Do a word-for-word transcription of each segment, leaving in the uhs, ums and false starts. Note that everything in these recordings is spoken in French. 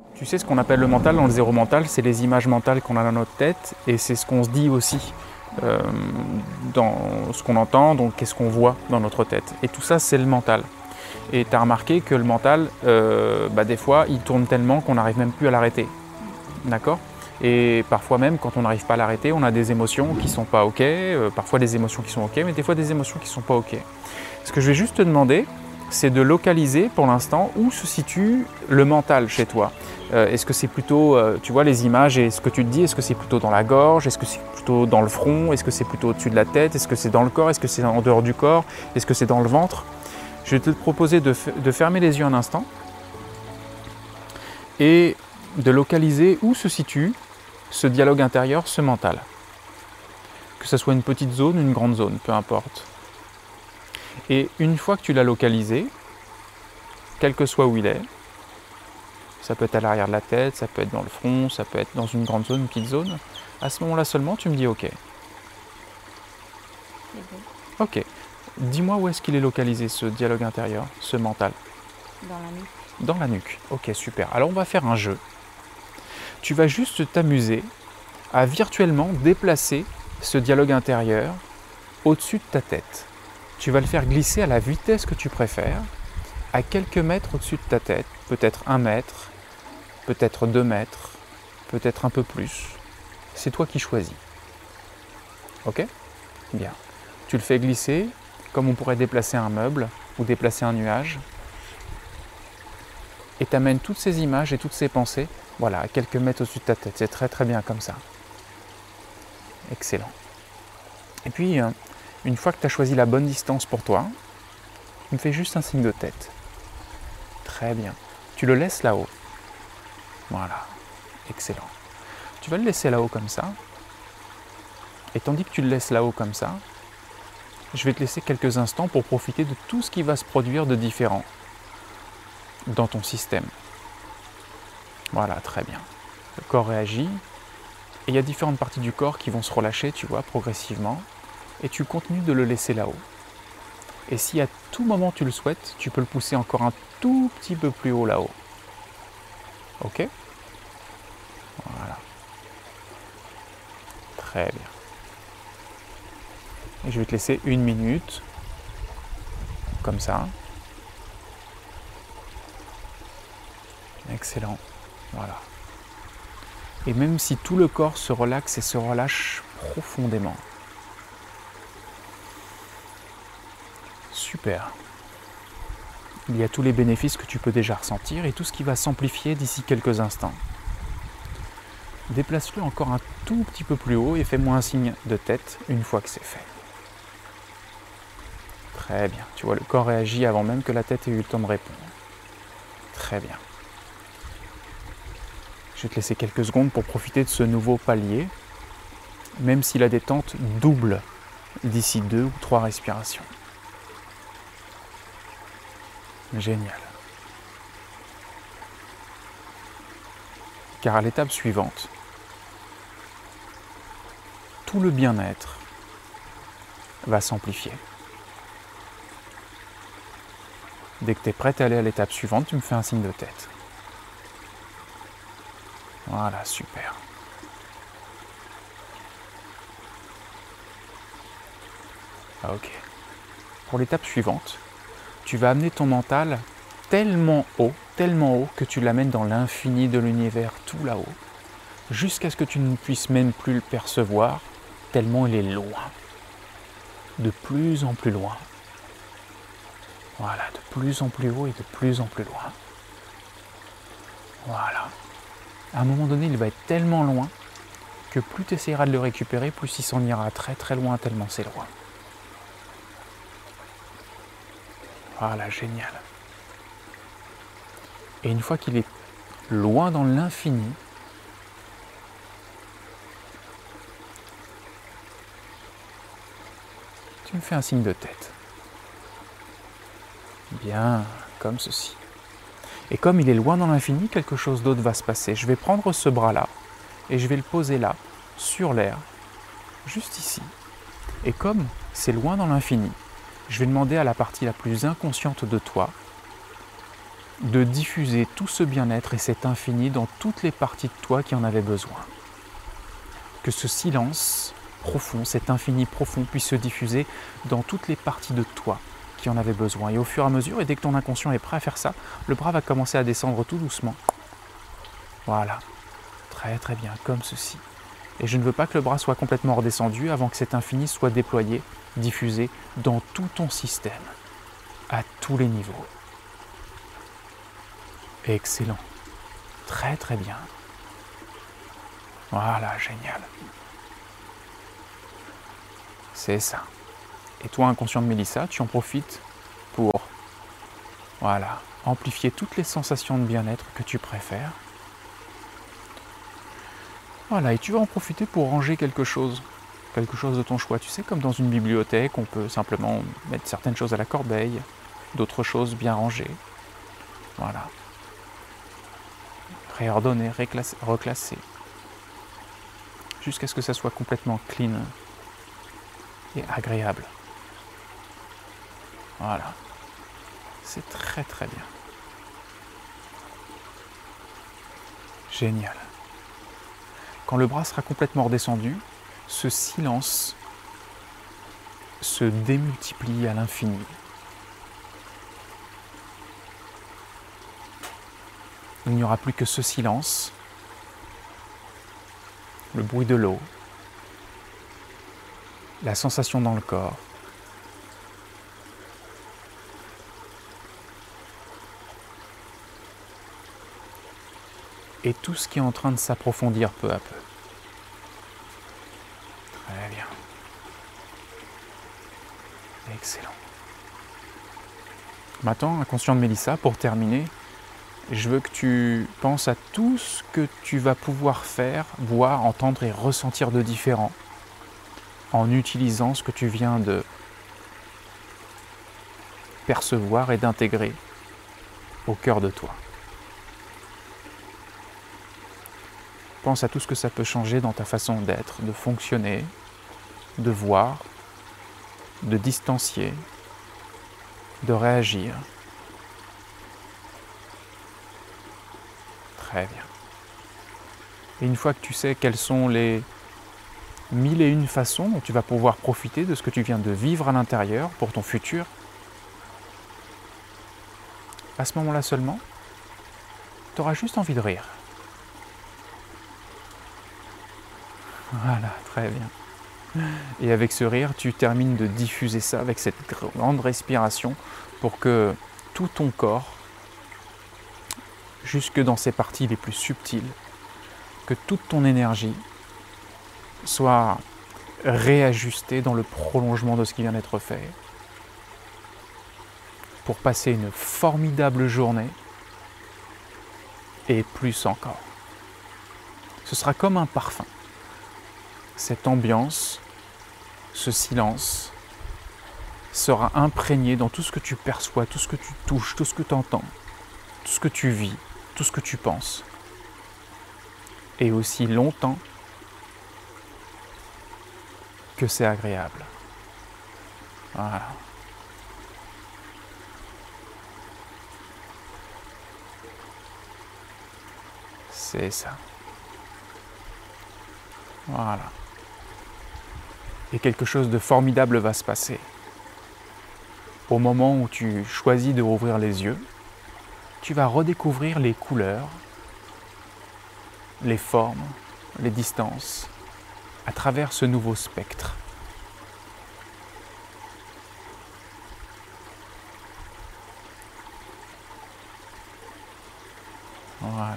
Tu sais ce qu'on appelle le mental dans le zéro mental, c'est les images mentales qu'on a dans notre tête et c'est ce qu'on se dit aussi euh, dans ce qu'on entend, donc qu'est-ce qu'on voit dans notre tête. Et tout ça, c'est le mental. Et tu as remarqué que le mental, euh, bah, des fois, il tourne tellement qu'on n'arrive même plus à l'arrêter. D'accord ? Et parfois même, quand on n'arrive pas à l'arrêter, on a des émotions qui ne sont pas OK, euh, parfois des émotions qui sont OK, mais des fois des émotions qui ne sont pas OK. Ce que je vais juste te demander, c'est de localiser pour l'instant où se situe le mental chez toi. Euh, est-ce que c'est plutôt, euh, tu vois, les images et ce que tu te dis, est-ce que c'est plutôt dans la gorge, est-ce que c'est plutôt dans le front, est-ce que c'est plutôt au-dessus de la tête, est-ce que c'est dans le corps, est-ce que c'est en dehors du corps, est-ce que c'est dans le ventre? Je vais te proposer de, de fermer les yeux un instant et de localiser où se situe ce dialogue intérieur, ce mental. Que ce soit une petite zone, une grande zone, peu importe. Et une fois que tu l'as localisé, quel que soit où il est, ça peut être à l'arrière de la tête, ça peut être dans le front, ça peut être dans une grande zone, une petite zone, à ce moment-là seulement, tu me dis OK. OK. Dis-moi où est-ce qu'il est localisé, ce dialogue intérieur, ce mental? Dans la nuque. Dans la nuque. OK, super. Alors on va faire un jeu. Tu vas juste t'amuser à virtuellement déplacer ce dialogue intérieur au-dessus de ta tête. Tu vas le faire glisser à la vitesse que tu préfères, à quelques mètres au-dessus de ta tête, peut-être un mètre, peut-être deux mètres, peut-être un peu plus. C'est toi qui choisis. Ok ? Bien. Tu le fais glisser comme on pourrait déplacer un meuble ou déplacer un nuage. Et tu amènes toutes ces images et toutes ces pensées, voilà, à quelques mètres au-dessus de ta tête. C'est très très bien comme ça. Excellent. Et puis, une fois que tu as choisi la bonne distance pour toi, tu me fais juste un signe de tête. Très bien. Tu le laisses là-haut. Voilà. Excellent. Tu vas le laisser là-haut comme ça. Et tandis que tu le laisses là-haut comme ça, je vais te laisser quelques instants pour profiter de tout ce qui va se produire de différent dans ton système. Voilà, très bien. Le corps réagit. Et il y a différentes parties du corps qui vont se relâcher, tu vois, progressivement. Et tu continues de le laisser là-haut. Et si à tout moment tu le souhaites, tu peux le pousser encore un tout petit peu plus haut là-haut. Ok ? Voilà. Très bien. Et je vais te laisser une minute, comme ça. Excellent. Voilà. Et même si tout le corps se relaxe et se relâche profondément. Super. Il y a tous les bénéfices que tu peux déjà ressentir et tout ce qui va s'amplifier d'ici quelques instants. Déplace-le encore un tout petit peu plus haut et fais-moi un signe de tête une fois que c'est fait. Très bien. Tu vois, le corps réagit avant même que la tête ait eu le temps de répondre. Très bien. Je vais te laisser quelques secondes pour profiter de ce nouveau palier, même si la détente double d'ici deux ou trois respirations. Génial. Car à l'étape suivante, tout le bien-être va s'amplifier. Dès que tu es prête à aller à l'étape suivante, tu me fais un signe de tête. Voilà, super. Ah, ok. Pour l'étape suivante, tu vas amener ton mental tellement haut, tellement haut que tu l'amènes dans l'infini de l'univers, tout là-haut, jusqu'à ce que tu ne puisses même plus le percevoir, tellement il est loin. De plus en plus loin. Voilà, de plus en plus haut et de plus en plus loin. Voilà. À un moment donné, il va être tellement loin que plus tu essaieras de le récupérer, plus il s'en ira très très loin tellement c'est loin. Voilà, génial. Et une fois qu'il est loin dans l'infini, tu me fais un signe de tête. Bien, comme ceci. Et comme il est loin dans l'infini, quelque chose d'autre va se passer. Je vais prendre ce bras-là et je vais le poser là, sur l'air, juste ici. Et comme c'est loin dans l'infini, je vais demander à la partie la plus inconsciente de toi de diffuser tout ce bien-être et cet infini dans toutes les parties de toi qui en avaient besoin. Que ce silence profond, cet infini profond puisse se diffuser dans toutes les parties de toi qui en avaient besoin. Et au fur et à mesure, et dès que ton inconscient est prêt à faire ça, le bras va commencer à descendre tout doucement. Voilà, très très bien, comme ceci. Et je ne veux pas que le bras soit complètement redescendu avant que cet infini soit déployé, diffusé dans tout ton système, à tous les niveaux. Excellent, très très bien. Voilà, génial. C'est ça. Et toi, inconscient de Mélissa, tu en profites pour, voilà, amplifier toutes les sensations de bien-être que tu préfères. Voilà, et tu vas en profiter pour ranger quelque chose, quelque chose de ton choix. Tu sais, comme dans une bibliothèque, on peut simplement mettre certaines choses à la corbeille, d'autres choses bien rangées. Voilà. Réordonner, reclasser, reclasser. Jusqu'à ce que ça soit complètement clean et agréable. Voilà. C'est très très bien. Génial. Quand le bras sera complètement redescendu, ce silence se démultiplie à l'infini. Il n'y aura plus que ce silence, le bruit de l'eau, la sensation dans le corps, et tout ce qui est en train de s'approfondir peu à peu. Très bien. Excellent. Maintenant, inconscient de Mélissa, pour terminer, je veux que tu penses à tout ce que tu vas pouvoir faire, voir, entendre et ressentir de différent en utilisant ce que tu viens de percevoir et d'intégrer au cœur de toi. Pense à tout ce que ça peut changer dans ta façon d'être, de fonctionner, de voir, de distancier, de réagir. Très bien. Et une fois que tu sais quelles sont les mille et une façons dont tu vas pouvoir profiter de ce que tu viens de vivre à l'intérieur pour ton futur, à ce moment-là seulement, tu auras juste envie de rire. Voilà, très bien. Et avec ce rire, tu termines de diffuser ça avec cette grande respiration pour que tout ton corps, jusque dans ses parties les plus subtiles, que toute ton énergie soit réajustée dans le prolongement de ce qui vient d'être fait pour passer une formidable journée et plus encore. Ce sera comme un parfum. Cette ambiance, ce silence sera imprégné dans tout ce que tu perçois, tout ce que tu touches, tout ce que tu entends, tout ce que tu vis, tout ce que tu penses. Et aussi longtemps que c'est agréable. Voilà. C'est ça. Voilà. Et quelque chose de formidable va se passer. Au moment où tu choisis de rouvrir les yeux, tu vas redécouvrir les couleurs, les formes, les distances, à travers ce nouveau spectre. Voilà.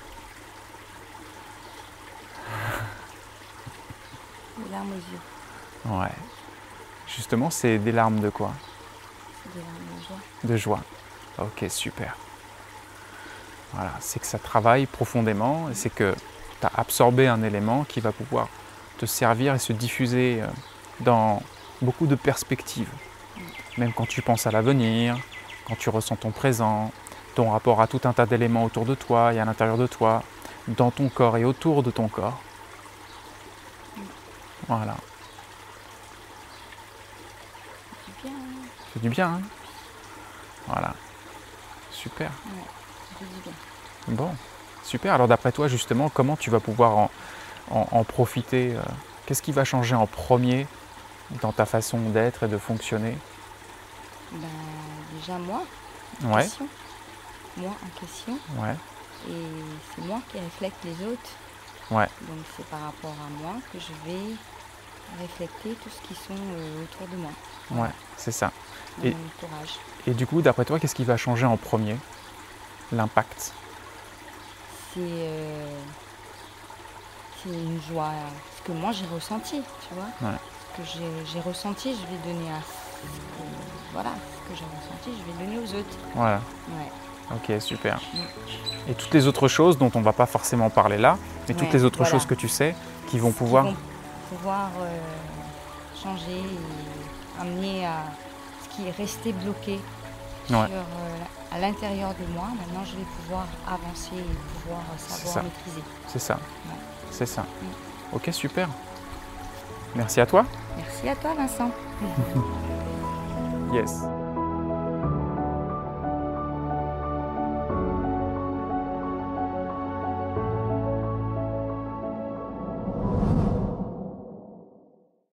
Des larmes aux yeux. Ouais. Justement, c'est des larmes de quoi? Des larmes de joie. De joie. Ok, super. Voilà, c'est que ça travaille profondément et c'est que tu as absorbé un élément qui va pouvoir te servir et se diffuser dans beaucoup de perspectives. Même quand tu penses à l'avenir, quand tu ressens ton présent, ton rapport à tout un tas d'éléments autour de toi et à l'intérieur de toi, dans ton corps et autour de ton corps. Voilà. C'est bien. C'est du bien, hein? Voilà. super. Ouais, ça fait du bien. Bon, super. Alors d'après toi, justement, comment tu vas pouvoir en, en- en profiter euh, Qu'est-ce qui va changer en premier dans ta façon d'être et de fonctionner? Ben, déjà moi, en Ouais, question. Moi en question. ouais, Et c'est moi qui reflète les autres. ouais, Donc c'est par rapport à moi que je vais refléter tout ce qui sont euh, autour de moi. ouais, Voilà, c'est ça. dans Et, mon entourage. et du coup, d'après toi, qu'est-ce qui va changer en premier? L'impact. C'est euh, c'est une joie, ce que moi j'ai ressenti, tu vois. Ouais, Ce que j'ai j'ai ressenti, je vais donner à ce que, voilà, ce que j'ai ressenti, je vais donner aux autres. voilà. Ouais, Ok, super. Mm. Et toutes les autres choses dont on ne va pas forcément parler là, mais toutes Ouais, les autres voilà. choses que tu sais qui vont Qui pouvoir... vont pouvoir euh, changer et amener à ce qui est resté bloqué sur, Ouais, euh, à l'intérieur de moi. Maintenant, je vais pouvoir avancer et pouvoir savoir ça. maîtriser. c'est ça. Ouais. C'est ça. Mm. Ok, super. Merci à toi. Merci à toi, Vincent. Yes.